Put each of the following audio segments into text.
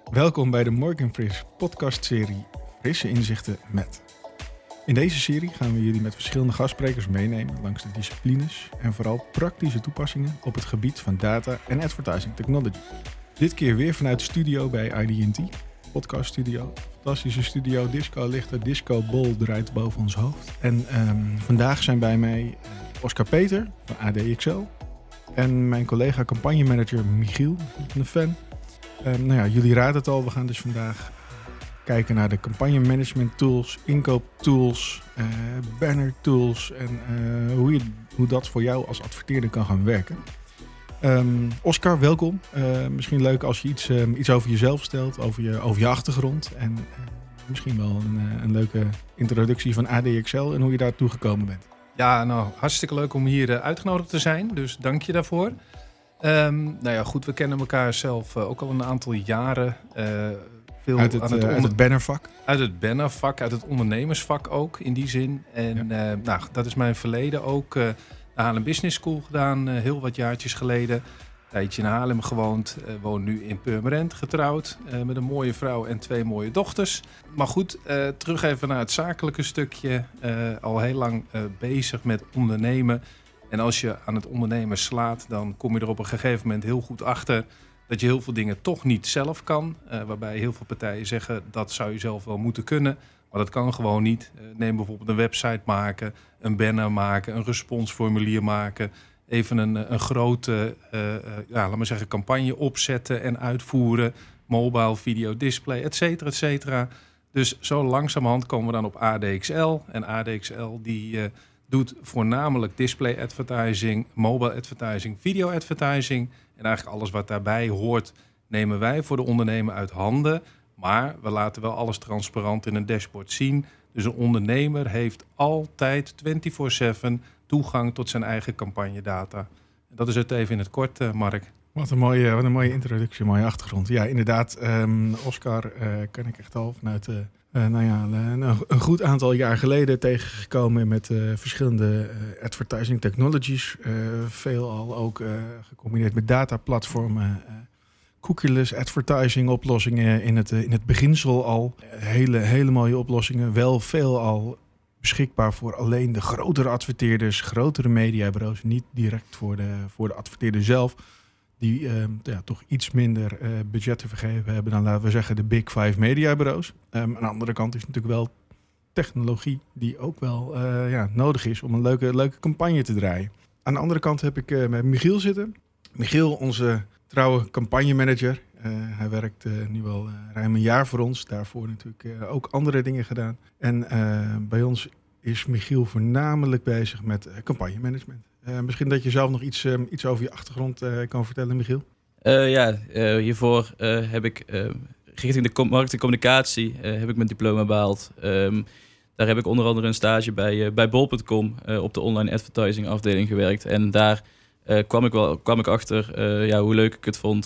Welkom bij de Morgan Fris podcastserie Frisse Inzichten met. In deze serie gaan we jullie met verschillende gastsprekers meenemen langs de disciplines en vooral praktische toepassingen op het gebied van data en advertising technology. Dit keer weer vanuit de studio bij IDT, podcaststudio. Fantastische studio, disco lichter, disco bol draait boven ons hoofd. En vandaag zijn bij mij Oscar Peter van ADXL en mijn collega campagnemanager Michiel van de Fan. Jullie raden het al, we gaan dus vandaag kijken naar de campagnemanagement tools, inkooptools, banner tools en hoe dat voor jou als adverteerder kan gaan werken. Oscar, welkom. Misschien leuk als je iets over jezelf stelt, over je achtergrond en misschien wel een leuke introductie van ADXL en hoe je daartoe gekomen bent. Ja, nou, hartstikke leuk om hier uitgenodigd te zijn, dus dank je daarvoor. Goed, we kennen elkaar zelf ook al een aantal jaren. Veel uit het bannervak? Uit het bannervak, uit het ondernemersvak ook in die zin. En dat is mijn verleden ook. De Haarlem Business School gedaan, heel wat jaartjes geleden. Een tijdje in Haarlem gewoond, woon nu in Purmerend, getrouwd. Met een mooie vrouw en 2 mooie dochters. Maar goed, terug even naar het zakelijke stukje. Al heel lang bezig met ondernemen. En als je aan het ondernemen slaat, dan kom je er op een gegeven moment heel goed achter dat je heel veel dingen toch niet zelf kan. Waarbij heel veel partijen zeggen dat zou je zelf wel moeten kunnen. Maar dat kan gewoon niet. Neem bijvoorbeeld een website maken, een banner maken, een responsformulier maken. Even een grote campagne opzetten en uitvoeren. Mobile, video, display, et cetera, et cetera. Dus zo langzamerhand komen we dan op ADXL. En ADXL die doet voornamelijk display advertising, mobile advertising, video advertising. En eigenlijk alles wat daarbij hoort nemen wij voor de ondernemer uit handen. Maar we laten wel alles transparant in een dashboard zien. Dus een ondernemer heeft altijd 24/7 toegang tot zijn eigen campagnedata. Dat is het even in het kort, Mark. Wat een mooie introductie, mooie achtergrond. Ja, inderdaad, Oscar ken ik echt al vanuit een goed aantal jaar geleden tegengekomen met verschillende advertising technologies. Veelal ook gecombineerd met dataplatformen, cookieless advertising oplossingen in het beginsel al. Hele mooie oplossingen, wel veelal beschikbaar voor alleen de grotere adverteerders, grotere mediabureaus, niet direct voor de adverteerder zelf. Die toch iets minder budget te vergeven hebben dan, laten we zeggen, de Big 5 mediabureaus. Aan de andere kant is natuurlijk wel technologie die ook wel nodig is om een leuke campagne te draaien. Aan de andere kant heb ik met Michiel zitten. Michiel, onze trouwe campagnemanager. Hij werkt nu al ruim een jaar voor ons. Daarvoor natuurlijk ook andere dingen gedaan. En bij ons is Michiel voornamelijk bezig met campagnemanagement. Misschien dat je zelf nog iets over je achtergrond kan vertellen, Michiel? Hiervoor heb ik richting de marketing en communicatie heb ik mijn diploma behaald. Daar heb ik onder andere een stage bij bol.com op de online advertising afdeling gewerkt. En daar kwam ik achter hoe leuk ik het vond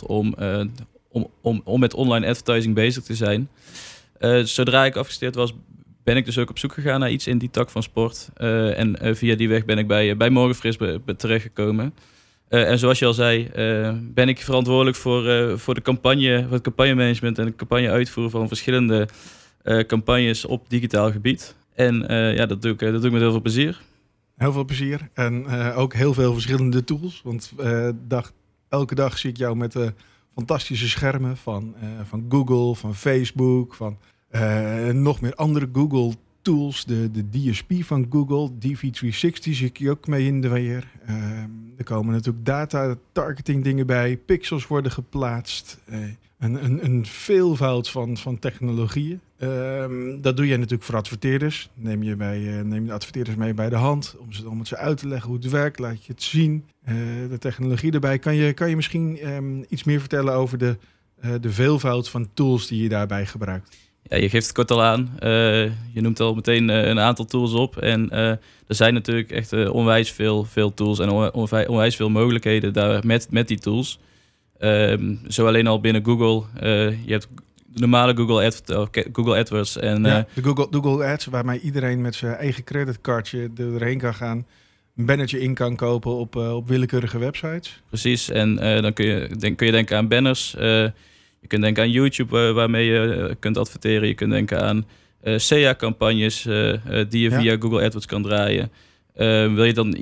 om met online advertising bezig te zijn. Zodra ik afgestudeerd was, ben ik dus ook op zoek gegaan naar iets in die tak van sport. En via die weg ben ik bij Morgan Fris terechtgekomen. En zoals je al zei, ben ik verantwoordelijk voor de campagne, voor het campagnemanagement en de campagne uitvoeren van verschillende campagnes op digitaal gebied. En dat doe ik met heel veel plezier. Heel veel plezier en ook heel veel verschillende tools. Want elke dag zie ik jou met fantastische schermen van Google, van Facebook, van nog meer andere Google tools. De DSP van Google, DV360 zie ik je ook mee in de weer. Er komen natuurlijk data targeting dingen bij. Pixels worden geplaatst. Een veelvoud van technologieën. Dat doe jij natuurlijk voor adverteerders. Neem je de adverteerders mee bij de hand om het ze uit te leggen hoe het werkt. Laat je het zien. De technologie erbij. Kan je misschien iets meer vertellen over de veelvoud van tools die je daarbij gebruikt? Ja, je geeft het kort al aan. Je noemt al meteen een aantal tools op. En er zijn natuurlijk echt onwijs veel tools en onwijs veel mogelijkheden daar met die tools. Zo alleen al binnen Google. Je hebt de normale Google AdWords. En, de Google Ads, waarmee iedereen met zijn eigen creditcardje erheen kan gaan. Een bannertje in kan kopen op willekeurige websites. Precies, en dan kun je denken aan banners. Je Je kunt denken aan YouTube, waarmee je kunt adverteren. Je kunt denken aan SEA-campagnes die je via Google AdWords kan draaien. Wil je dan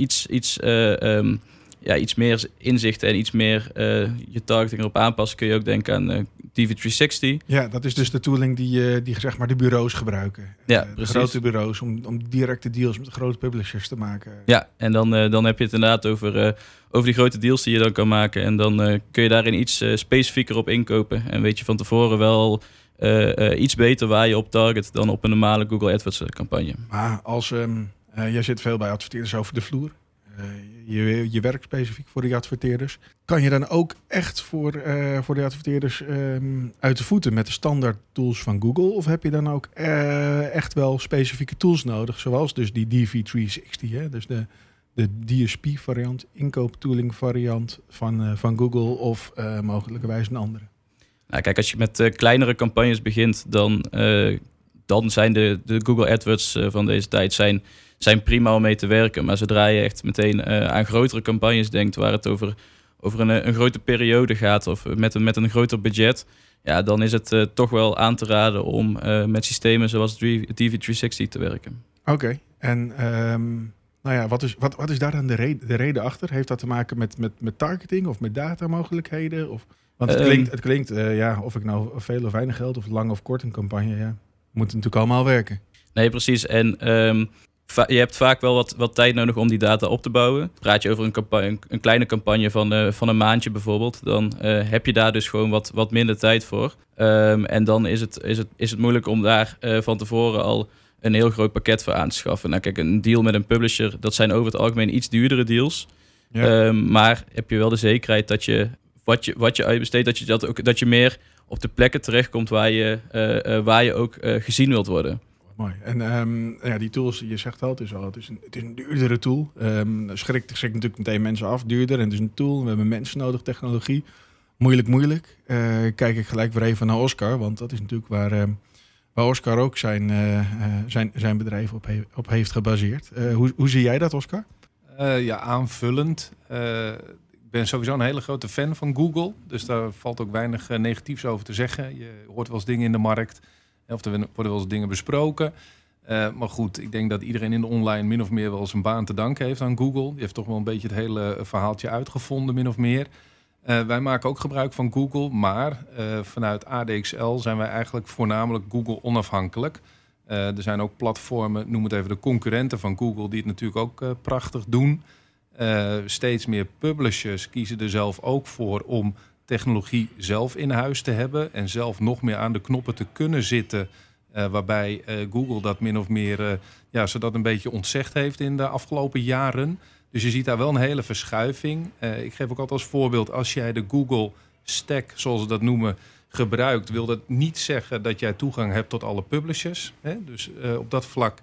iets meer inzichten en iets meer je targeting erop aanpassen, kun je ook denken aan DV360. Ja, dat is dus de tooling die zeg maar de bureaus gebruiken. Ja, de precies. grote bureaus om directe deals met grote publishers te maken. Ja, en dan heb je het inderdaad over die grote deals die je dan kan maken. En dan kun je daarin iets specifieker op inkopen. En weet je van tevoren wel iets beter waar je op target dan op een normale Google AdWords campagne. Maar als jij zit veel bij adverteerders over de vloer. Je werkt specifiek voor die adverteerders. Kan je dan ook echt voor de adverteerders uit de voeten met de standaard tools van Google? Of heb je dan ook echt wel specifieke tools nodig? Zoals dus die DV360, hè? Dus de DSP-variant, inkooptooling variant van Google of mogelijkerwijs een andere. Nou, kijk, als je met kleinere campagnes begint, dan zijn de Google AdWords van deze tijd zijn prima om mee te werken. Maar zodra je echt meteen aan grotere campagnes denkt, waar het over een grote periode gaat of met een groter budget, ja, dan is het toch wel aan te raden om met systemen zoals DV360 te werken. Oké. En wat is daar dan de reden achter? Heeft dat te maken met targeting of met datamogelijkheden? Want het klinkt of ik nou veel of weinig geld of lang of kort een campagne, moet het natuurlijk allemaal werken. Nee, precies. En je hebt vaak wel wat tijd nodig om die data op te bouwen. Praat je over een kleine campagne van een maandje bijvoorbeeld, dan heb je daar dus gewoon wat minder tijd voor. En dan is het moeilijk om daar van tevoren al een heel groot pakket voor aan te schaffen. Nou kijk, een deal met een publisher, dat zijn over het algemeen iets duurdere deals. Ja. Maar heb je wel de zekerheid dat je wat je uitbesteedt, dat je meer op de plekken terechtkomt waar je ook gezien wilt worden. Mooi. En die tools, je zegt al, het is een duurdere tool. Schrikt natuurlijk meteen mensen af, duurder. En het is een tool, we hebben mensen nodig, technologie. Moeilijk. Kijk ik gelijk weer even naar Oscar, want dat is natuurlijk waar Oscar ook zijn bedrijf op heeft gebaseerd. Hoe zie jij dat, Oscar? Aanvullend. Ik ben sowieso een hele grote fan van Google. Dus daar valt ook weinig negatiefs over te zeggen. Je hoort wel eens dingen in de markt. Of er worden wel eens dingen besproken. Maar goed, ik denk dat iedereen in de online min of meer wel zijn baan te danken heeft aan Google. Die heeft toch wel een beetje het hele verhaaltje uitgevonden, min of meer. Wij maken ook gebruik van Google. Maar vanuit ADXL zijn wij eigenlijk voornamelijk Google onafhankelijk. Er zijn ook platformen, noem het even de concurrenten van Google, die het natuurlijk ook prachtig doen. Steeds meer publishers kiezen er zelf ook voor om technologie zelf in huis te hebben en zelf nog meer aan de knoppen te kunnen zitten, waarbij Google dat min of meer zodat een beetje ontzegd heeft in de afgelopen jaren. Dus je ziet daar wel een hele verschuiving. Ik geef ook altijd als voorbeeld, als jij de Google Stack, zoals ze dat noemen, gebruikt, wil dat niet zeggen dat jij toegang hebt tot alle publishers. Hè? Dus op dat vlak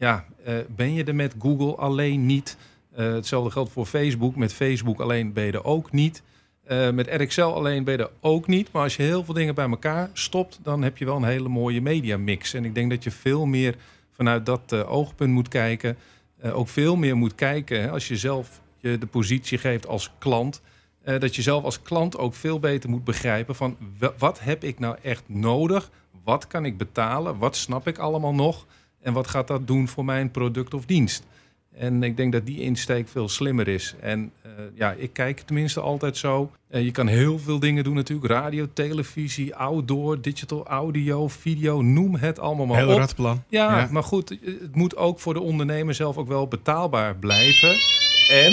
ben je er met Google alleen niet. Hetzelfde geldt voor Facebook. Met Facebook alleen ben je er ook niet. Met RXL alleen ben je er ook niet. Maar als je heel veel dingen bij elkaar stopt, dan heb je wel een hele mooie mediamix. En ik denk dat je veel meer vanuit dat oogpunt moet kijken. Ook veel meer moet kijken, hè, als je zelf je de positie geeft als klant. Dat je zelf als klant ook veel beter moet begrijpen van wat heb ik nou echt nodig? Wat kan ik betalen? Wat snap ik allemaal nog? En wat gaat dat doen voor mijn product of dienst? En ik denk dat die insteek veel slimmer is. En ik kijk tenminste altijd zo. Je kan heel veel dingen doen natuurlijk. Radio, televisie, outdoor, digital audio, video. Noem het allemaal maar op. Heel radplan. Ja, maar goed. Het moet ook voor de ondernemer zelf ook wel betaalbaar blijven. En...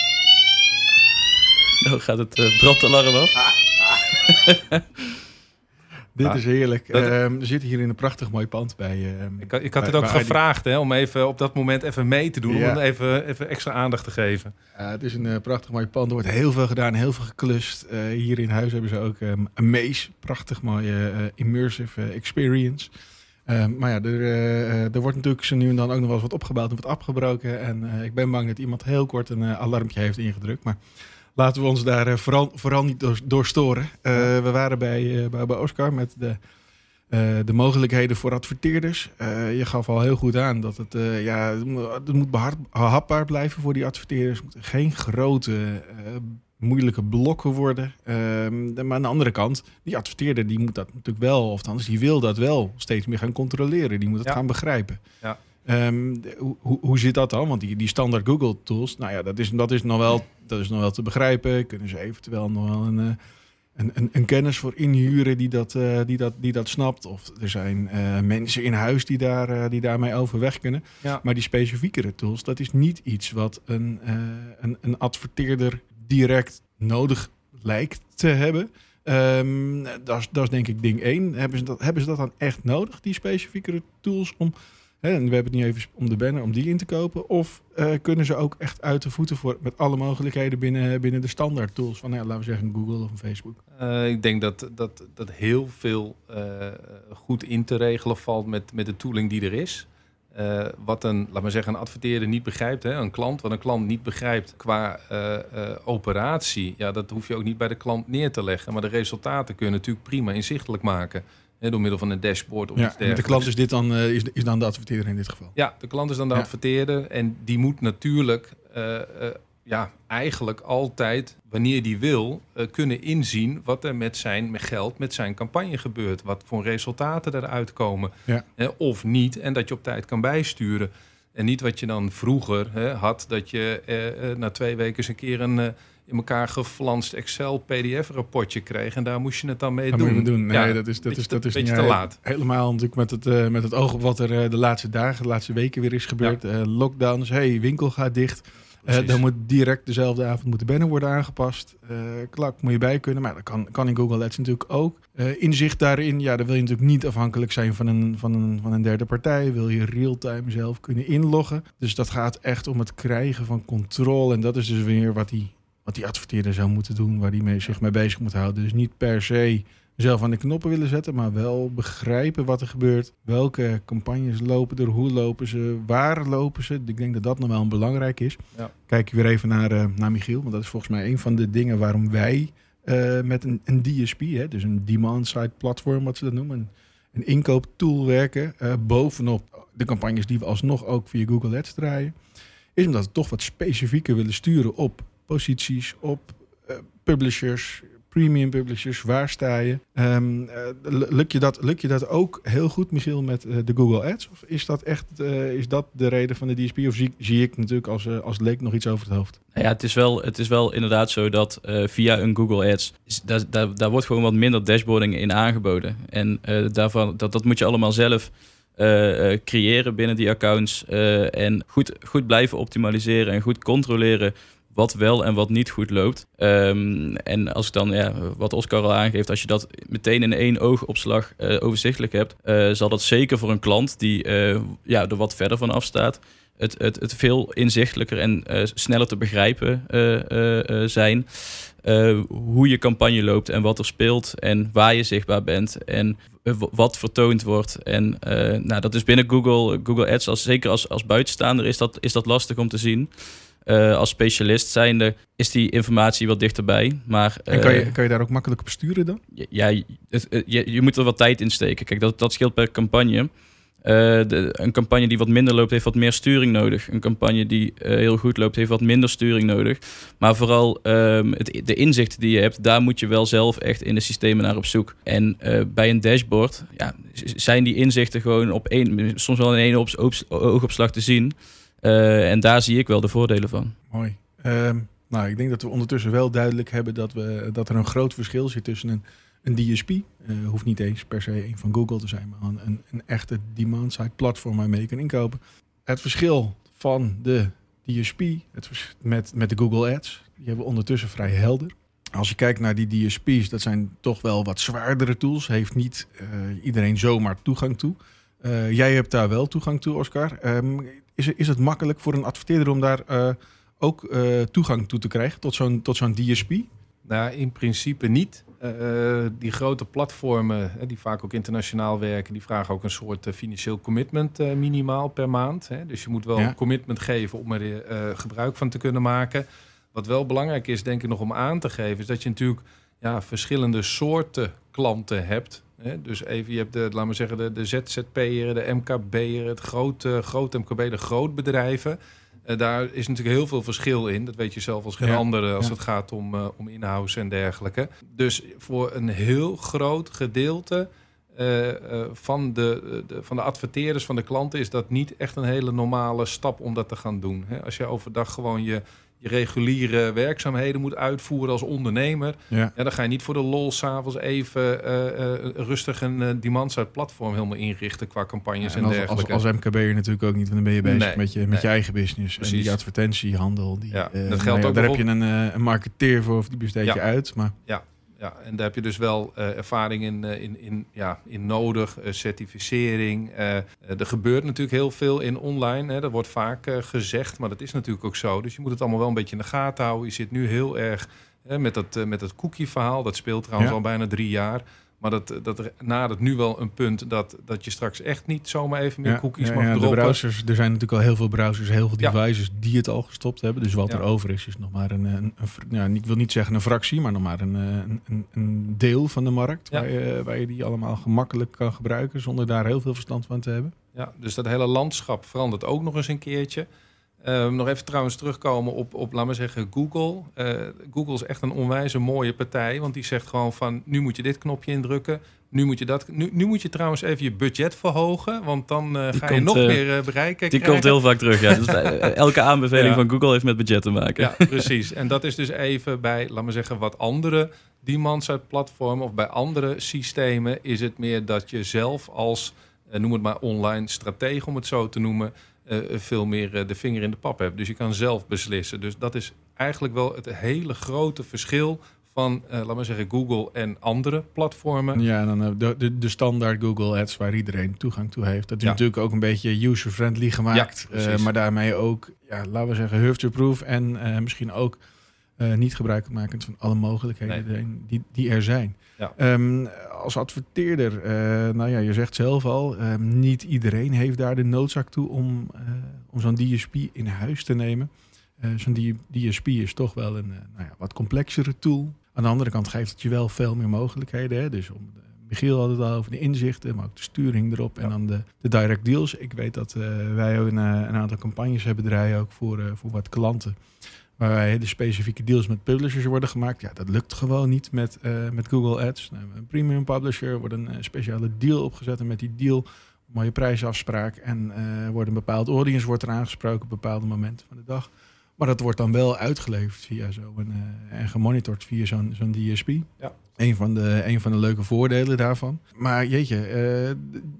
Nou gaat het brandalarm af. Dit is heerlijk. We zitten hier in een prachtig mooi pand bij... Ik had het ook gevraagd om even op dat moment even mee te doen. Ja. Om even extra aandacht te geven. Het is een prachtig mooi pand. Er wordt heel veel gedaan, heel veel geklust. Hier in huis hebben ze ook een maze. Prachtig mooie immersive experience. Maar er wordt natuurlijk zo nu en dan ook nog wel eens wat opgebouwd en wat afgebroken. En ik ben bang dat iemand heel kort een alarmpje heeft ingedrukt. Maar laten we ons daar vooral niet door storen. We waren bij Oscar met de mogelijkheden voor adverteerders. Je gaf al heel goed aan dat het moet behapbaar blijven voor die adverteerders. Het moeten geen grote moeilijke blokken worden. Maar aan de andere kant, die adverteerder die moet dat natuurlijk wel, of anders die wil dat wel steeds meer gaan controleren. Die moet het gaan begrijpen. Ja. Hoe zit dat dan? Want die standaard Google tools, nou ja, dat is nog wel te begrijpen. Kunnen ze eventueel nog wel een kennis voor inhuren die dat snapt. Of er zijn mensen in huis die daarmee overweg kunnen. Ja. Maar die specifiekere tools, dat is niet iets wat een adverteerder direct nodig lijkt te hebben. Dat is denk ik ding 1. Hebben ze dat dan echt nodig, die specifiekere tools, om... En we hebben het niet even om de banner, om die in te kopen. Of kunnen ze ook echt uit de voeten met alle mogelijkheden binnen de standaard tools van, laten we zeggen, Google of Facebook? Ik denk dat heel veel goed in te regelen valt met de tooling die er is. Wat een adverteerder niet begrijpt, een klant. Wat een klant niet begrijpt qua operatie, ja, dat hoef je ook niet bij de klant neer te leggen. Maar de resultaten kun je natuurlijk prima inzichtelijk maken. Door middel van een dashboard of iets dergelijks. De klant is dan de adverteerder in dit geval? Ja, de klant is dan de adverteerder. En die moet natuurlijk eigenlijk altijd, wanneer die wil, kunnen inzien wat er met zijn geld, met zijn campagne gebeurt. Wat voor resultaten eruit komen. Ja. Of niet. En dat je op tijd kan bijsturen. En niet wat je dan vroeger had, dat je na 2 weken eens een keer een in elkaar geflanst Excel PDF-rapportje kreeg. En daar moest je het dan mee doen. Nee, ja, dat is niet te laat. Helemaal natuurlijk met het oog op wat er de laatste weken weer is gebeurd. Ja. Lockdowns, winkel gaat dicht. Dan moet direct dezelfde avond de banner worden aangepast. Klak, moet je bij kunnen. Maar dat kan in Google Ads natuurlijk ook. Inzicht daarin, dan wil je natuurlijk niet afhankelijk zijn van een derde partij. Wil je real-time zelf kunnen inloggen. Dus dat gaat echt om het krijgen van controle. En dat is dus weer wat die adverteerder zou moeten doen, waar die zich mee bezig moet houden. Dus niet per se zelf aan de knoppen willen zetten, maar wel begrijpen wat er gebeurt. Welke campagnes lopen er, hoe lopen ze, waar lopen ze. Ik denk dat dat nog wel belangrijk is. Ja. Kijk weer even naar Michiel, want dat is volgens mij een van de dingen waarom wij met een DSP, dus een demand-side platform, wat ze dat noemen, een inkooptool werken, bovenop de campagnes die we alsnog ook via Google Ads draaien, is omdat we toch wat specifieker willen sturen op posities, op publishers, premium publishers, waar sta je? Lukt je dat ook heel goed, Michiel, met de Google Ads? Of is dat echt is dat de reden van de DSP? Of zie ik natuurlijk als leek nog iets over het hoofd? Ja, het is wel inderdaad zo dat via een Google Ads, daar wordt gewoon wat minder dashboarding in aangeboden. En dat moet je allemaal zelf creëren binnen die accounts. En goed blijven optimaliseren en goed controleren wat wel en wat niet goed loopt. En als ik dan, wat Oscar al aangeeft, als je dat meteen in 1 oogopslag overzichtelijk hebt, zal dat zeker voor een klant die er wat verder van afstaat, het veel inzichtelijker en sneller te begrijpen zijn. Hoe je campagne loopt en wat er speelt en waar je zichtbaar bent en wat vertoond wordt. En dat is binnen Google Ads, zeker als buitenstaander, is dat lastig om te zien. Als specialist zijnde is die informatie wat dichterbij. Maar, en kan je daar ook makkelijk op sturen dan? Ja, je moet er wat tijd in steken. Kijk, dat scheelt per campagne. Een campagne die wat minder loopt, heeft wat meer sturing nodig. Een campagne die heel goed loopt, heeft wat minder sturing nodig. Maar vooral de inzichten die je hebt, daar moet je wel zelf echt in de systemen naar op zoek. En bij een dashboard zijn die inzichten gewoon soms wel in 1 oogopslag te zien. En daar zie ik wel de voordelen van. Mooi. Ik denk dat we ondertussen wel duidelijk hebben dat er een groot verschil zit tussen een DSP. Hoeft niet eens per se een van Google te zijn, maar een echte demand-side platform waarmee je kan inkopen. Het verschil van de DSP met de Google Ads, die hebben we ondertussen vrij helder. Als je kijkt naar die DSP's, dat zijn toch wel wat zwaardere tools. Heeft niet iedereen zomaar toegang toe. Jij hebt daar wel toegang toe, Oscar. Is het makkelijk voor een adverteerder om daar ook toegang toe te krijgen tot zo'n DSP? Nou, in principe niet. Die grote platformen, die vaak ook internationaal werken, die vragen ook een soort financieel commitment minimaal per maand. Dus je moet wel een commitment geven om er gebruik van te kunnen maken. Wat wel belangrijk is, denk ik nog om aan te geven, is dat je natuurlijk verschillende soorten klanten hebt. Dus even, je hebt de ZZP'er, de MKB'er, het groot MKB, de grootbedrijven. Daar is natuurlijk heel veel verschil in. Dat weet je zelf als geen andere als het gaat om in-house en dergelijke. Dus voor een heel groot gedeelte van de adverteerders, van de klanten, is dat niet echt een hele normale stap om dat te gaan doen. Als je overdag gewoon je reguliere werkzaamheden moet uitvoeren als ondernemer, dan ga je niet voor de lol 's avonds even rustig een demand-side platform helemaal inrichten qua campagnes en dergelijke. Als MKB'er natuurlijk ook niet, want dan ben je bezig met je eigen business. Precies. En die advertentiehandel, dat geldt ook daar heb je een marketeer voor, of die besteed je uit. Maar... Ja, en daar heb je dus wel ervaring in nodig, certificering. Er gebeurt natuurlijk heel veel in online. Hè. Dat wordt vaak gezegd, maar dat is natuurlijk ook zo. Dus je moet het allemaal wel een beetje in de gaten houden. Je zit nu heel erg met dat cookie-verhaal. Dat speelt trouwens al bijna 3 jaar. Maar dat nadert nu wel een punt dat je straks echt niet zomaar even meer cookies mag droppen. De browsers, er zijn natuurlijk al heel veel browsers, heel veel devices die het al gestopt hebben. Dus wat er over is nog maar ik wil niet zeggen een fractie, maar nog maar een deel van de markt. Waar je die allemaal gemakkelijk kan gebruiken zonder daar heel veel verstand van te hebben. Ja, dus dat hele landschap verandert ook nog eens een keertje. Nog even trouwens terugkomen op laten we zeggen, Google. Google is echt een onwijze mooie partij. Want die zegt gewoon van, nu moet je dit knopje indrukken. Nu moet je dat. Nu moet je trouwens even je budget verhogen. Want dan ga je nog meer bereiken. Die komt heel vaak terug, ja. Dus elke aanbeveling van Google heeft met budget te maken. Ja, precies. En dat is dus even bij, laten we zeggen, wat andere demand-side platformen of bij andere systemen is het meer dat je zelf als, noem het maar online stratege om het zo te noemen, veel meer de vinger in de pap hebt. Dus je kan zelf beslissen. Dus dat is eigenlijk wel het hele grote verschil van, laten we zeggen, Google en andere platformen. Ja, en dan de standaard Google Ads waar iedereen toegang toe heeft. Dat is natuurlijk ook een beetje user-friendly gemaakt. Maar daarmee ook, laten we zeggen, hurtproof en misschien ook niet gebruikmakend van alle mogelijkheden die er zijn. Ja. Als adverteerder, je zegt zelf al, niet iedereen heeft daar de noodzaak toe om zo'n DSP in huis te nemen. Zo'n DSP is toch wel een wat complexere tool. Aan de andere kant geeft het je wel veel meer mogelijkheden. Hè? Dus Michiel had het al over de inzichten, maar ook de sturing erop en dan de direct deals. Ik weet dat wij ook een aantal campagnes hebben draaien ook voor wat klanten. Waarbij hele specifieke deals met publishers worden gemaakt. Ja, dat lukt gewoon niet met Google Ads. Nou, een premium publisher wordt een speciale deal opgezet. En met die deal mooie prijsafspraak. En wordt een bepaald audience wordt er aangesproken op bepaalde momenten van de dag. Maar dat wordt dan wel uitgeleverd via en gemonitord via zo'n DSP. Ja. Een van de leuke voordelen daarvan. Maar jeetje,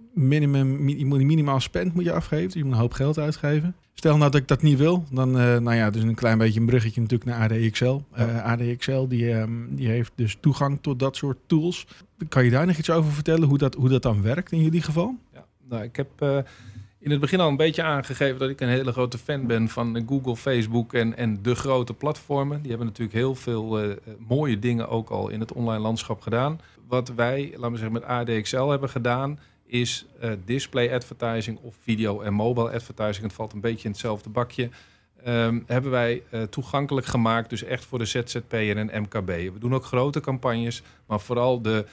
minimaal spend moet je afgeven. Dus je moet een hoop geld uitgeven. Stel nou dat ik dat niet wil, dan dus een klein beetje een bruggetje natuurlijk naar ADXL. ADXL die heeft dus toegang tot dat soort tools. Kan je daar nog iets over vertellen, hoe dat dan werkt in jullie geval? Ja, nou, ik heb in het begin al een beetje aangegeven dat ik een hele grote fan ben van Google, Facebook en de grote platformen. Die hebben natuurlijk heel veel mooie dingen ook al in het online landschap gedaan. Wat wij, laten we zeggen, met ADXL hebben gedaan, is display advertising of video en mobile advertising. Het valt een beetje in hetzelfde bakje. Hebben wij toegankelijk gemaakt, dus echt voor de ZZP'er en MKB. We doen ook grote campagnes, maar vooral de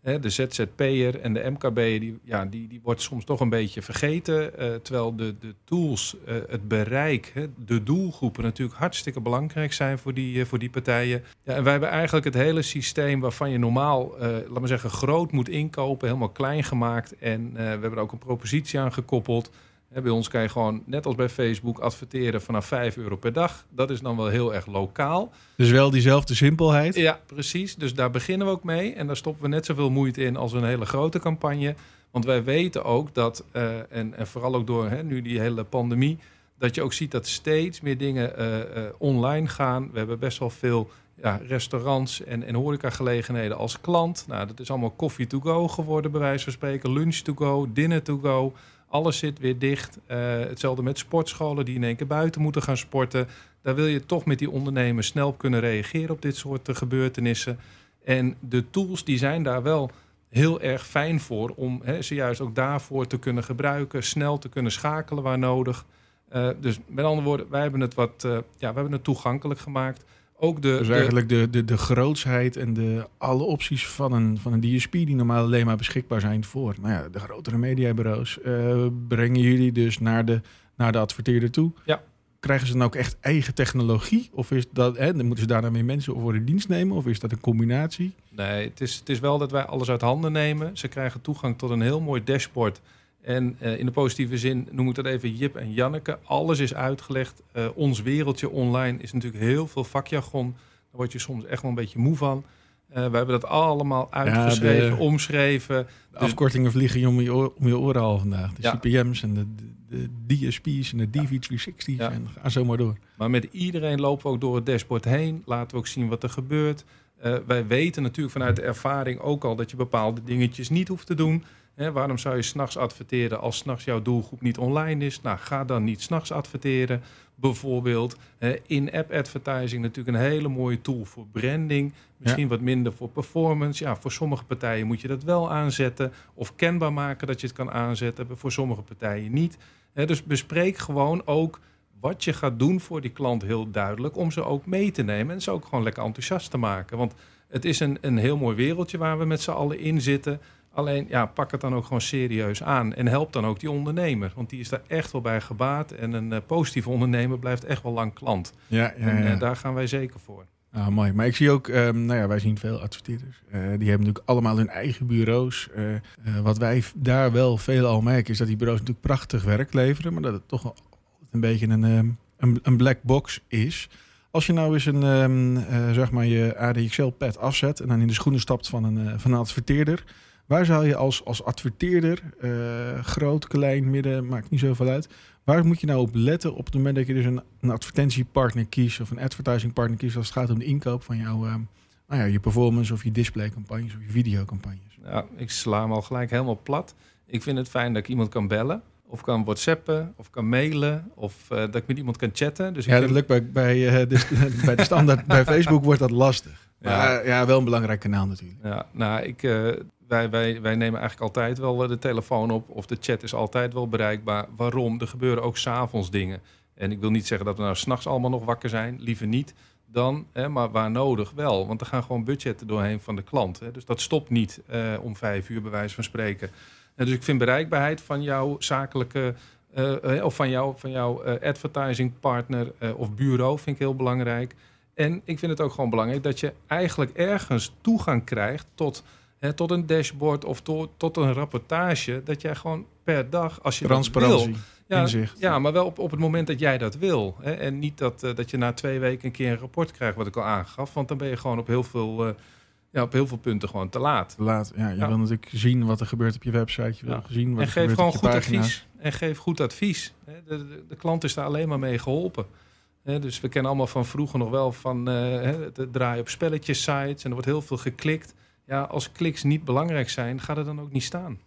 ZZP'er en de MKB'er, die wordt soms toch een beetje vergeten. Terwijl de tools, het bereik, de doelgroepen natuurlijk hartstikke belangrijk zijn voor die partijen. Ja, en wij hebben eigenlijk het hele systeem waarvan je normaal, laten we zeggen, groot moet inkopen, helemaal klein gemaakt. En we hebben er ook een propositie aan gekoppeld. Bij ons kan je gewoon, net als bij Facebook, adverteren vanaf €5 per dag. Dat is dan wel heel erg lokaal. Dus wel diezelfde simpelheid? Ja, precies. Dus daar beginnen we ook mee. En daar stoppen we net zoveel moeite in als een hele grote campagne. Want wij weten ook dat, en vooral ook door nu die hele pandemie, dat je ook ziet dat steeds meer dingen online gaan. We hebben best wel veel restaurants en horecagelegenheden als klant. Nou, dat is allemaal coffee to go geworden, bij wijze van spreken. Lunch to go, dinner to go. Alles zit weer dicht. Hetzelfde met sportscholen die in één keer buiten moeten gaan sporten. Daar wil je toch met die ondernemers snel op kunnen reageren op dit soort gebeurtenissen. En de tools die zijn daar wel heel erg fijn voor om ze juist ook daarvoor te kunnen gebruiken. Snel te kunnen schakelen waar nodig. Dus met andere woorden, wij hebben het we hebben het toegankelijk gemaakt. Ook dus eigenlijk de grootsheid en alle opties van een DSP die normaal alleen maar beschikbaar zijn voor de grotere mediabureaus, brengen jullie dus naar de adverteerder toe. Ja. krijgen ze dan ook echt eigen technologie? Of is dat, dan moeten ze daar dan weer mensen voor in dienst nemen? Of is dat een combinatie? Nee, het is wel dat wij alles uit handen nemen. Ze krijgen toegang tot een heel mooi dashboard. En in de positieve zin noem ik dat even Jip en Janneke. Alles is uitgelegd. Ons wereldje online is natuurlijk heel veel vakjargon. Daar word je soms echt wel een beetje moe van. We hebben dat allemaal uitgeschreven, omschreven. De afkortingen vliegen om je oren al vandaag. De CPM's en de DSP's en de DV360's en ga zo maar door. Maar met iedereen lopen we ook door het dashboard heen. Laten we ook zien wat er gebeurt. Wij weten natuurlijk vanuit de ervaring ook al dat je bepaalde dingetjes niet hoeft te doen. Waarom zou je 's nachts adverteren als 's nachts jouw doelgroep niet online is? Nou, ga dan niet 's nachts adverteren. Bijvoorbeeld in-app advertising, natuurlijk een hele mooie tool voor branding. Misschien wat minder voor performance. Ja, voor sommige partijen moet je dat wel aanzetten. Of kenbaar maken dat je het kan aanzetten. Voor sommige partijen niet. Dus bespreek gewoon ook wat je gaat doen voor die klant heel duidelijk. Om ze ook mee te nemen en ze ook gewoon lekker enthousiast te maken. Want het is een heel mooi wereldje waar we met z'n allen in zitten. Alleen, pak het dan ook gewoon serieus aan. En help dan ook die ondernemer. Want die is daar echt wel bij gebaat. En een positieve ondernemer blijft echt wel lang klant. En daar gaan wij zeker voor. Ah, mooi. Maar ik zie ook, wij zien veel adverteerders. Die hebben natuurlijk allemaal hun eigen bureaus. Wat wij daar wel veelal merken is dat die bureaus natuurlijk prachtig werk leveren. Maar dat het toch wel een beetje een black box is. Als je nou eens je ADXL-pad afzet en dan in de schoenen stapt van een adverteerder. Waar zou je als adverteerder, groot, klein, midden, maakt niet zoveel uit. Waar moet je nou op letten op het moment dat je dus een advertentiepartner kiest of een advertising partner kiest als het gaat om de inkoop van je performance of je displaycampagnes of je videocampagnes? Ja, ik sla hem al gelijk helemaal plat. Ik vind het fijn dat ik iemand kan bellen. Of kan whatsappen, of kan mailen, of dat ik met iemand kan chatten. Dus dat lukt bij de standaard. Bij Facebook wordt dat lastig. Maar wel een belangrijk kanaal natuurlijk. Ja, wij nemen eigenlijk altijd wel de telefoon op. Of de chat is altijd wel bereikbaar. Waarom? Er gebeuren ook 's avonds dingen. En ik wil niet zeggen dat we nou 's nachts allemaal nog wakker zijn. Liever niet dan, maar waar nodig wel. Want er gaan gewoon budgetten doorheen van de klant. Dus dat stopt niet om 5 uur bij wijze van spreken. Dus ik vind bereikbaarheid van jouw zakelijke of van jouw advertising partner of bureau vind ik heel belangrijk. En ik vind het ook gewoon belangrijk dat je eigenlijk ergens toegang krijgt tot een dashboard of tot een rapportage. Dat jij gewoon per dag, als je transparantie, dat wil, inzicht. Ja, maar wel op het moment dat jij dat wil. En niet dat je na 2 weken een keer een rapport krijgt, wat ik al aangaf. Want dan ben je gewoon op heel veel punten gewoon te laat. Je wil natuurlijk zien wat er gebeurt op je website. Je wil zien wat er gebeurt op je pagina's. En geef goed advies. De klant is daar alleen maar mee geholpen. Dus we kennen allemaal van vroeger nog wel van het draaien op spelletjes sites. En er wordt heel veel geklikt. Ja, als kliks niet belangrijk zijn, gaat het dan ook niet staan.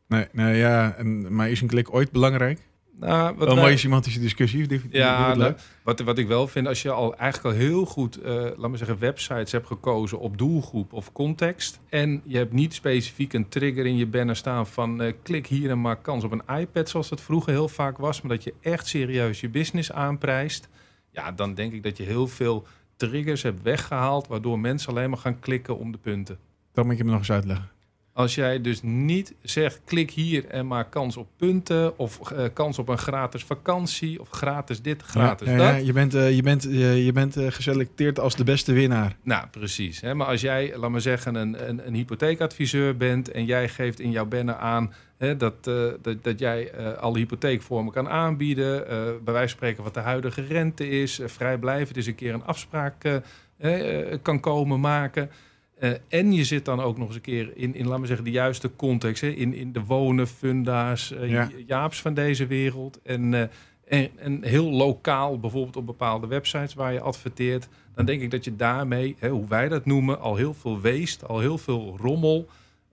Maar is een klik ooit belangrijk? Nou, een mooie semantische discussie. Wat ik wel vind, als je eigenlijk al heel goed, websites hebt gekozen op doelgroep of context. En je hebt niet specifiek een trigger in je banner staan van klik hier en maak kans op een iPad, zoals dat vroeger heel vaak was. Maar dat je echt serieus je business aanprijst. Ja, dan denk ik dat je heel veel triggers hebt weggehaald, waardoor mensen alleen maar gaan klikken om de punten. Dat moet je me nog eens uitleggen. Als jij dus niet zegt, klik hier en maak kans op punten. Of kans op een gratis vakantie. Of gratis dit, gratis dat. Ja, je bent geselecteerd als de beste winnaar. Nou, precies. Maar als jij, laat maar zeggen, een hypotheekadviseur bent. En jij geeft in jouw banner aan dat jij alle hypotheekvormen kan aanbieden. Bij wijze van spreken wat de huidige rente is. Vrijblijvend is een keer een afspraak kan komen maken. En je zit dan ook nog eens een keer in laten we zeggen, de juiste context. In de wonen, funda's, Jaaps van deze wereld. En heel lokaal, bijvoorbeeld op bepaalde websites waar je adverteert. Dan denk ik dat je daarmee, hoe wij dat noemen, al heel veel waste, al heel veel rommel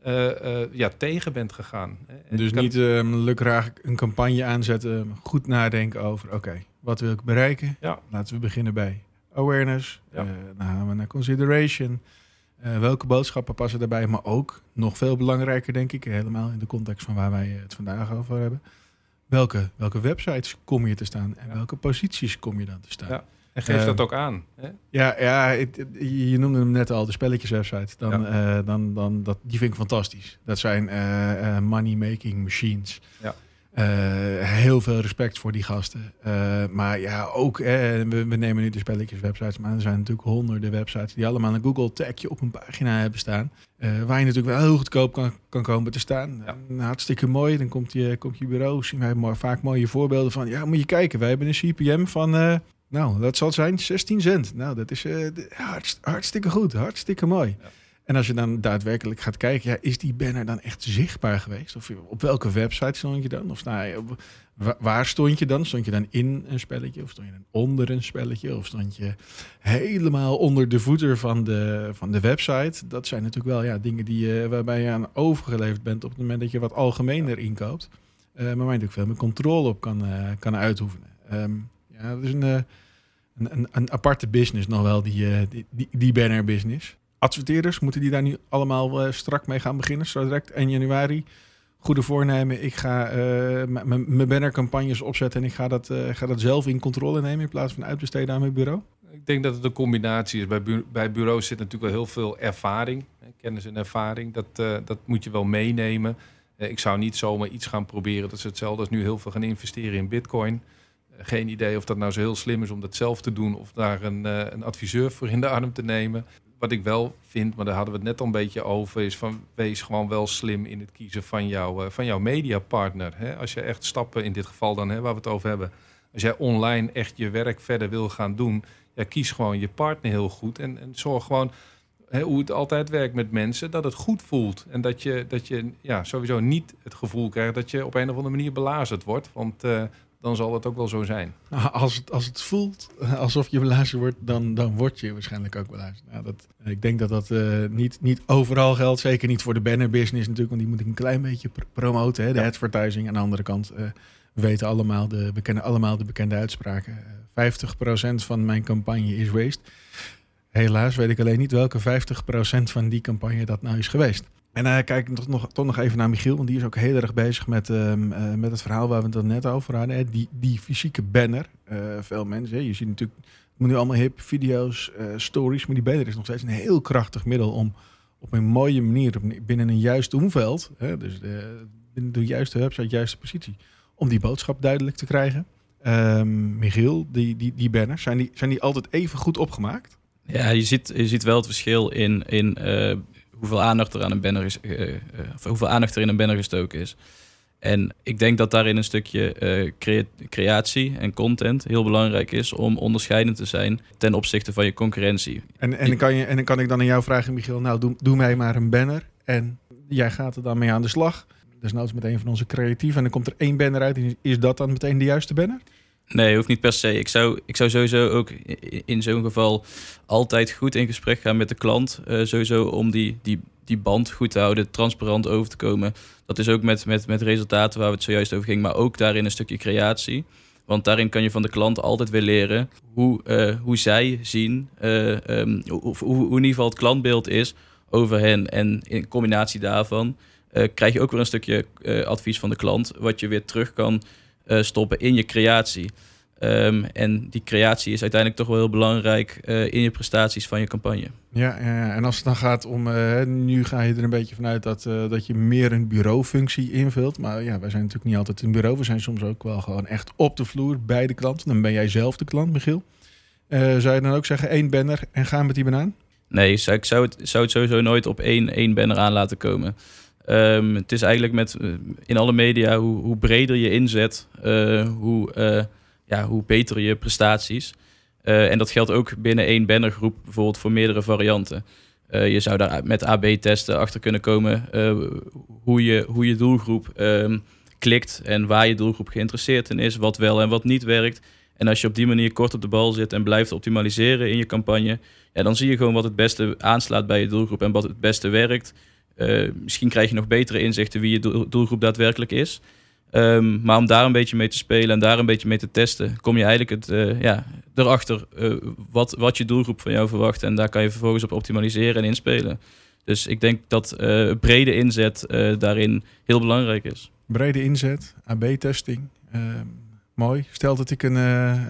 tegen bent gegaan. Dus niet lukraak een campagne aanzetten, goed nadenken over, wat wil ik bereiken? Ja. Laten we beginnen bij awareness. Dan gaan we naar consideration. Welke boodschappen passen daarbij? Maar ook, nog veel belangrijker denk ik, helemaal in de context van waar wij het vandaag over hebben. Welke websites kom je te staan? En welke posities kom je dan te staan? Ja, en geef dat ook aan. Hè? Je noemde hem net al, de spelletjeswebsite. Die vind ik fantastisch. Dat zijn money-making machines. Ja. Heel veel respect voor die gasten. Maar ja, ook, we nemen nu de spelletjes websites, maar er zijn natuurlijk honderden websites die allemaal een Google tagje op een pagina hebben staan. Waar je natuurlijk wel heel goedkoop kan komen te staan. Ja. Hartstikke mooi. Dan komt je bureau, zien wij vaak mooie voorbeelden van, ja, moet je kijken, wij hebben een CPM van, dat zal het zijn, 16 cent. Nou, dat is hartstikke goed, hartstikke mooi. Ja. En als je dan daadwerkelijk gaat kijken, ja, is die banner dan echt zichtbaar geweest? Of op welke website stond je dan? Of waar stond je dan? Stond je dan in een spelletje? Of stond je dan onder een spelletje? Of stond je helemaal onder de voeter van de website? Dat zijn natuurlijk wel dingen waarbij je aan overgeleverd bent op het moment dat je wat algemener inkoopt. Maar waar je natuurlijk veel meer controle op kan uitoefenen. Dat is een aparte business nog wel, die banner business. Adverteerders, moeten die daar nu allemaal strak mee gaan beginnen? Zo direct 1 januari. Goede voornemen. Ik ga mijn bannercampagnes opzetten en ik ga dat zelf in controle nemen in plaats van uitbesteden aan mijn bureau? Ik denk dat het een combinatie is. Bij bureaus zit natuurlijk wel heel veel ervaring. Kennis en ervaring. Dat moet je wel meenemen. Ik zou niet zomaar iets gaan proberen. Dat is hetzelfde als nu heel veel gaan investeren in Bitcoin. Geen idee of dat nou zo heel slim is om dat zelf te doen of daar een adviseur voor in de arm te nemen. Wat ik wel vind, maar daar hadden we het net al een beetje over, is van wees gewoon wel slim in het kiezen van jouw mediapartner. Hè? Als je echt stappen, in dit geval dan, waar we het over hebben. Als jij online echt je werk verder wil gaan doen, kies gewoon je partner heel goed. En zorg gewoon, hoe het altijd werkt met mensen, dat het goed voelt. En dat je sowieso niet het gevoel krijgt dat je op een of andere manier belazerd wordt. Want dan zal het ook wel zo zijn. Als het voelt alsof je belazerd wordt, dan word je waarschijnlijk ook belazerd. Ik denk dat niet overal geldt. Zeker niet voor de banner business natuurlijk, want die moet ik een klein beetje promoten. Hè? De advertising aan de andere kant. We kennen allemaal de bekende uitspraken. 50% van mijn campagne is waste. Helaas weet ik alleen niet welke 50% van die campagne dat nou is geweest. En kijk toch nog even naar Michiel, want die is ook heel erg bezig met het verhaal waar we het net over hadden. Hè? Die fysieke banner. Veel mensen, je ziet natuurlijk, het moet nu allemaal hip, video's, stories, maar die banner is nog steeds een heel krachtig middel om op een mooie manier, binnen een juist omveld, dus binnen de juiste website, juiste positie, om die boodschap duidelijk te krijgen. Michiel, die banners, zijn die altijd even goed opgemaakt? Ja, je ziet wel het verschil in hoeveel aandacht er aan een banner is, hoeveel aandacht er in een banner gestoken is. En ik denk dat daarin een stukje creatie en content heel belangrijk is om onderscheidend te zijn ten opzichte van je concurrentie. En dan kan ik dan aan jou vragen, Michiel, nou doe mij maar een banner en jij gaat er dan mee aan de slag. Desnoods met een van onze creatieven en dan komt er 1 banner uit. Is dat dan meteen de juiste banner? Nee, hoeft niet per se. Ik zou sowieso ook in zo'n geval altijd goed in gesprek gaan met de klant. Sowieso om die band goed te houden, transparant over te komen. Dat is ook met resultaten waar we het zojuist over ging, maar ook daarin een stukje creatie. Want daarin kan je van de klant altijd weer leren hoe zij zien, hoe in ieder geval het klantbeeld is over hen. En in combinatie daarvan krijg je ook weer een stukje advies van de klant, wat je weer terug kan stoppen in je creatie. En die creatie is uiteindelijk toch wel heel belangrijk in je prestaties van je campagne. Ja. En als het dan gaat om, nu ga je er een beetje vanuit dat je meer een bureaufunctie invult. Maar ja, wij zijn natuurlijk niet altijd een bureau. We zijn soms ook wel gewoon echt op de vloer bij de klant. Dan ben jij zelf de klant, Michiel. Zou je dan ook zeggen 1 banner en gaan met die banaan? Nee, ik zou het sowieso nooit op één banner aan laten komen. Het is eigenlijk in alle media, hoe breder je inzet, hoe beter je prestaties. En dat geldt ook binnen 1 bannergroep, bijvoorbeeld voor meerdere varianten. Je zou daar met AB-testen achter kunnen komen hoe je doelgroep klikt en waar je doelgroep geïnteresseerd in is, wat wel en wat niet werkt. En als je op die manier kort op de bal zit en blijft optimaliseren in je campagne, dan zie je gewoon wat het beste aanslaat bij je doelgroep en wat het beste werkt. Misschien krijg je nog betere inzichten wie je doelgroep daadwerkelijk is. Maar om daar een beetje mee te spelen en daar een beetje mee te testen, kom je eigenlijk erachter wat je doelgroep van jou verwacht. En daar kan je vervolgens op optimaliseren en inspelen. Dus ik denk dat brede inzet daarin heel belangrijk is. Brede inzet, AB-testing. Mooi. Stel dat ik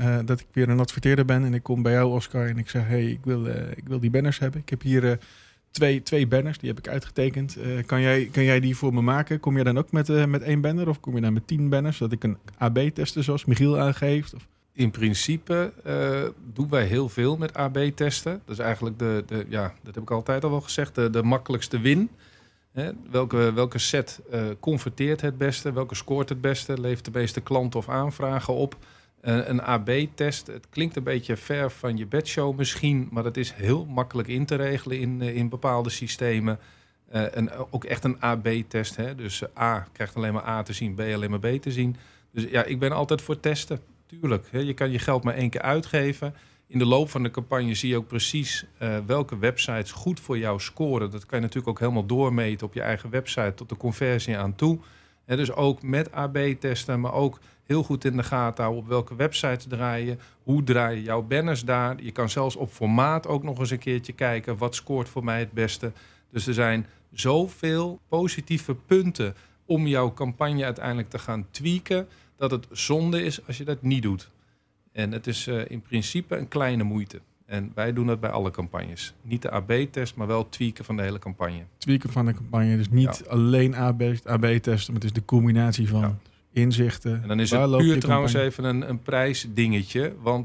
weer een adverteerder ben en ik kom bij jou, Oscar, en ik zeg, hey, ik wil die banners hebben. Ik heb hier twee banners, die heb ik uitgetekend. Kan jij die voor me maken? Kom je dan ook met 1 banner of kom je dan met 10 banners? Dat ik een AB-testen zoals Michiel aangeeft? Of? In principe doen wij heel veel met AB-testen. Dat is eigenlijk dat heb ik altijd al wel gezegd, de makkelijkste win. Hè? Welke set converteert het beste? Welke scoort het beste? Levert de meeste klanten of aanvragen op? Een AB-test, het klinkt een beetje ver van je bedshow misschien, maar dat is heel makkelijk in te regelen in bepaalde systemen. Ook echt een AB-test. Hè? Dus A krijgt alleen maar A te zien, B alleen maar B te zien. Dus ja, ik ben altijd voor testen. Tuurlijk, hè? Je kan je geld maar 1 keer uitgeven. In de loop van de campagne zie je ook precies welke websites goed voor jou scoren. Dat kan je natuurlijk ook helemaal doormeten op je eigen website tot de conversie aan toe. Dus ook met AB-testen, maar ook heel goed in de gaten houden op welke websites draaien. Hoe draai je jouw banners daar? Je kan zelfs op formaat ook nog eens een keertje kijken. Wat scoort voor mij het beste? Dus er zijn zoveel positieve punten om jouw campagne uiteindelijk te gaan tweaken, dat het zonde is als je dat niet doet. En het is in principe een kleine moeite. En wij doen dat bij alle campagnes. Niet de AB-test, maar wel tweaken van de hele campagne. Tweaken van de campagne, dus niet alleen AB-testen, maar het is de combinatie van inzichten. En dan is het puur trouwens even een prijsdingetje. Want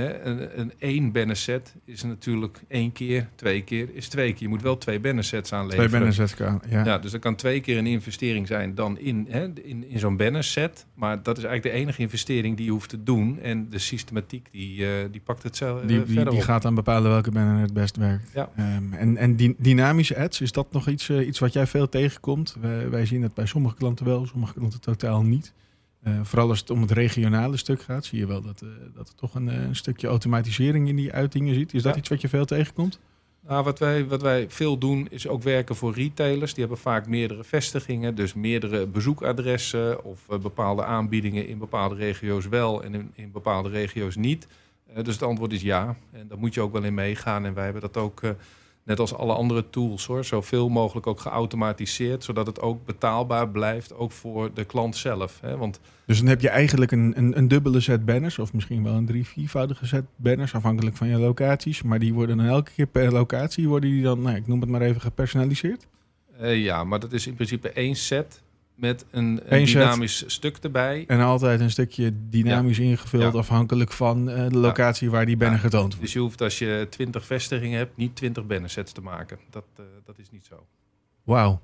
een 1 bannerset is natuurlijk 1 keer, 2 keer is 2 keer. Je moet wel 2 bannersets aanleveren. 2 bannersets kan, ja. Dus dat kan 2 keer een investering zijn dan in zo'n bannerset. Maar dat is eigenlijk de enige investering die je hoeft te doen. En de systematiek die pakt het zelf verder op. Die gaat dan bepalen welke banner het best werkt. Ja. En dynamische ads, is dat nog iets wat jij veel tegenkomt? Wij zien het bij sommige klanten wel, sommige klanten totaal niet. Vooral als het om het regionale stuk gaat, zie je wel dat er toch een stukje automatisering in die uitingen zit. Is dat iets wat je veel tegenkomt? Nou, wat wij veel doen is ook werken voor retailers. Die hebben vaak meerdere vestigingen, dus meerdere bezoekadressen of bepaalde aanbiedingen in bepaalde regio's wel en in bepaalde regio's niet. Dus het antwoord is ja. En daar moet je ook wel in meegaan. En wij hebben dat ook, net als alle andere tools, zoveel mogelijk ook geautomatiseerd, zodat het ook betaalbaar blijft, ook voor de klant zelf. Want dus dan heb je eigenlijk een dubbele set banners, of misschien wel een 3-4voudige set banners, afhankelijk van je locaties. Maar die worden dan elke keer per locatie, worden die dan, ik noem het maar even, gepersonaliseerd? Ja, maar dat is in principe 1 set met een dynamisch stuk erbij. En altijd een stukje dynamisch ingevuld, afhankelijk van de locatie waar die banner getoond wordt. Dus je hoeft, als je 20 vestigingen hebt, niet 20 bannersets te maken. Dat is niet zo. Wauw.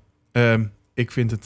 Ik vind het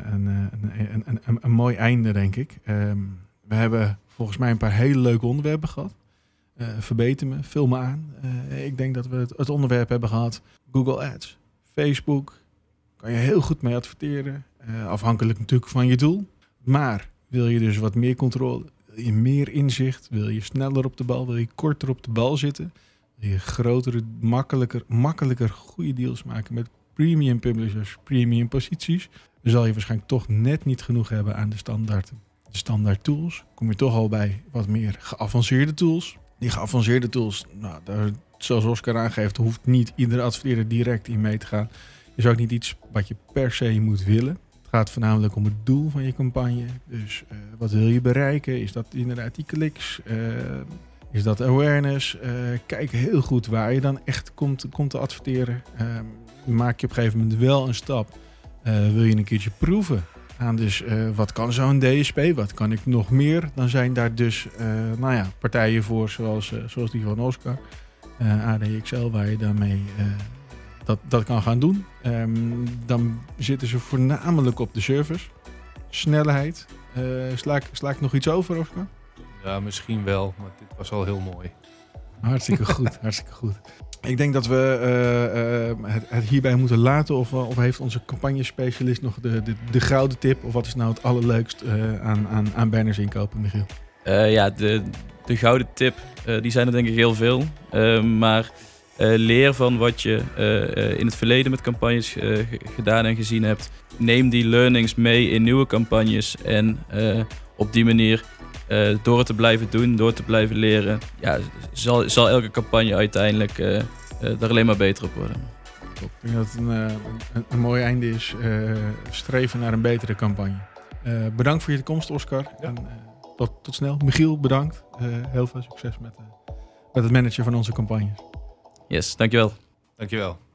een mooi einde, denk ik. We hebben volgens mij een paar hele leuke onderwerpen gehad. Verbeter me, vul me aan. Ik denk dat we het onderwerp hebben gehad. Google Ads, Facebook. Kan je heel goed mee adverteren. Afhankelijk natuurlijk van je doel. Maar wil je dus wat meer controle, wil je meer inzicht, wil je sneller op de bal, wil je korter op de bal zitten, wil je grotere, makkelijker goede deals maken met premium publishers, premium posities, dan zal je waarschijnlijk toch net niet genoeg hebben aan de standaard tools. Kom je toch al bij wat meer geavanceerde tools. Die geavanceerde tools, zoals Oscar aangeeft, hoeft niet iedere adverteerder direct in mee te gaan. Is ook niet iets wat je per se moet willen. Het gaat voornamelijk om het doel van je campagne. Dus wat wil je bereiken? Is dat inderdaad die kliks? Is dat awareness? Kijk heel goed waar je dan echt komt te adverteren. Maak je op een gegeven moment wel een stap. Wil je een keertje proeven aan dus wat kan zo'n DSP? Wat kan ik nog meer? Dan zijn daar dus partijen voor zoals die van Oscar. ADXL waar je daarmee dat kan gaan doen. Dan zitten ze voornamelijk op de servers. Snelheid. Sla ik nog iets over, Oscar? Ja, misschien wel, maar dit was al heel mooi. Hartstikke goed, hartstikke goed. Ik denk dat we het hierbij moeten laten. Of heeft onze campagnespecialist nog de gouden tip? Of wat is nou het allerleukst aan banners inkopen, Michiel? De gouden tip, die zijn er denk ik heel veel. Maar leer van wat je in het verleden met campagnes gedaan en gezien hebt. Neem die learnings mee in nieuwe campagnes. En op die manier, door het te blijven doen, door te blijven leren, zal elke campagne uiteindelijk daar alleen maar beter op worden. Top. Ik denk dat het een mooi einde is. Streven naar een betere campagne. Bedankt voor je komst, Oscar. Ja. En, tot snel. Michiel, bedankt. Heel veel succes met het managen van onze campagnes. Yes, dankjewel. Dankjewel.